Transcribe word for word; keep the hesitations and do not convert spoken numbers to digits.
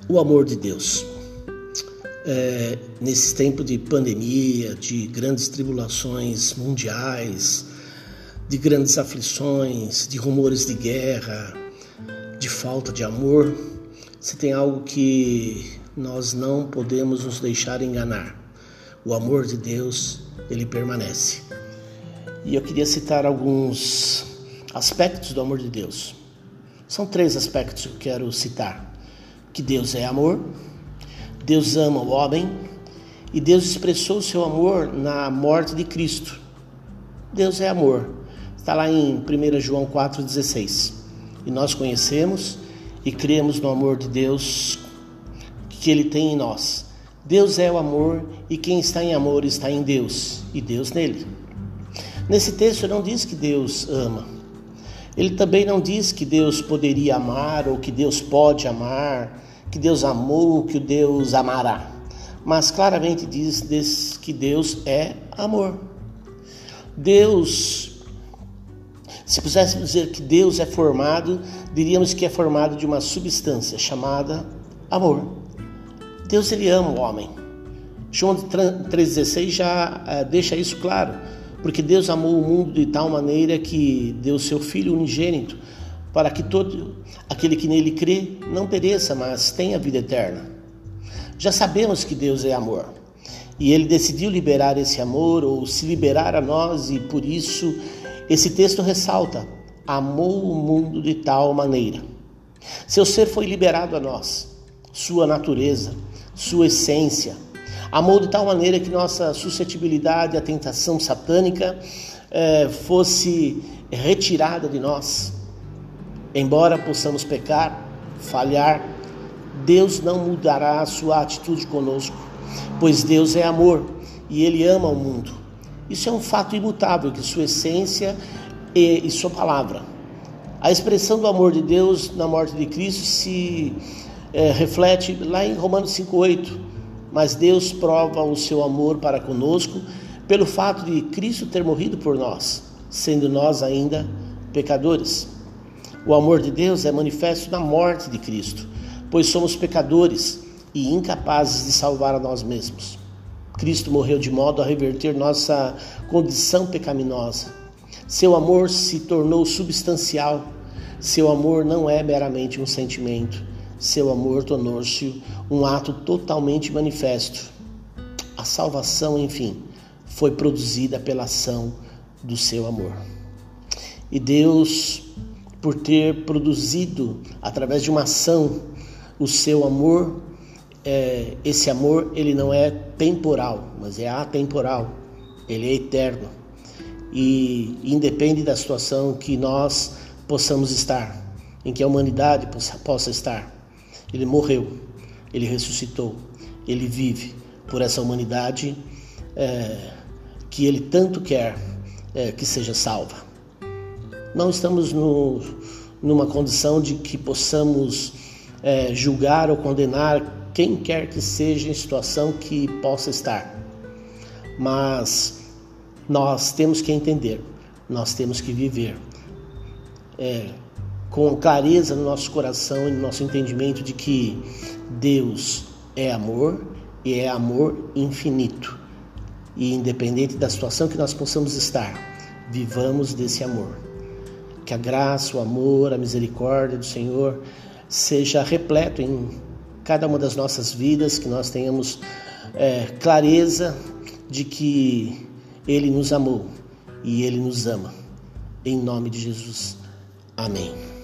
o amor de Deus. É, nesse tempo de pandemia, de grandes tribulações mundiais, de grandes aflições, de rumores de guerra, de falta de amor, se tem algo que nós não podemos nos deixar enganar: o amor de Deus, ele permanece. E eu queria citar alguns aspectos do amor de Deus. São três aspectos que eu quero citar: que Deus é amor, Deus ama o homem e Deus expressou o seu amor na morte de Cristo. Deus é amor. Está lá em primeira João quatro dezesseis. E nós conhecemos e cremos no amor de Deus que Ele tem em nós. Deus é o amor e quem está em amor está em Deus e Deus nele. Nesse texto não diz que Deus ama. Ele também não diz que Deus poderia amar ou que Deus pode amar, que Deus amou, que Deus amará. Mas claramente diz, diz que Deus é amor. Deus, se pudéssemos dizer que Deus é formado, diríamos que é formado de uma substância chamada amor. Deus, ele ama o homem. João três dezesseis já uh, deixa isso claro, porque Deus amou o mundo de tal maneira que deu seu Filho unigênito, para que todo aquele que nele crê não pereça, mas tenha vida eterna. Já sabemos que Deus é amor, e Ele decidiu liberar esse amor, ou se liberar a nós, e por isso esse texto ressalta: amou o mundo de tal maneira. Seu ser foi liberado a nós, sua natureza, sua essência. Amou de tal maneira que nossa suscetibilidade à tentação satânica eh, fosse retirada de nós. Embora possamos pecar, falhar, Deus não mudará a sua atitude conosco, pois Deus é amor e Ele ama o mundo. Isso é um fato imutável, que sua essência e, e sua palavra. A expressão do amor de Deus na morte de Cristo se é, reflete lá em Romanos cinco oito. Mas Deus prova o seu amor para conosco pelo fato de Cristo ter morrido por nós, sendo nós ainda pecadores. O amor de Deus é manifesto na morte de Cristo, pois somos pecadores e incapazes de salvar a nós mesmos. Cristo morreu de modo a reverter nossa condição pecaminosa. Seu amor se tornou substancial. Seu amor não é meramente um sentimento. Seu amor tornou-se um ato totalmente manifesto. A salvação, enfim, foi produzida pela ação do seu amor. E Deus, por ter produzido, através de uma ação, o seu amor, é, esse amor, ele não é temporal, mas é atemporal. Ele é eterno. E independe da situação que nós possamos estar, em que a humanidade possa, possa estar. Ele morreu, Ele ressuscitou, Ele vive por essa humanidade é, que Ele tanto quer é, que seja salva. Não estamos no, numa condição de que possamos é, julgar ou condenar quem quer que seja em situação que possa estar. Mas nós temos que entender, nós temos que viver é, com clareza no nosso coração e no nosso entendimento de que Deus é amor e é amor infinito. E independente da situação que nós possamos estar, vivamos desse amor. Que a graça, o amor, a misericórdia do Senhor seja repleto em cada uma das nossas vidas, que nós tenhamos é, clareza de que Ele nos amou e Ele nos ama. Em nome de Jesus. Amém.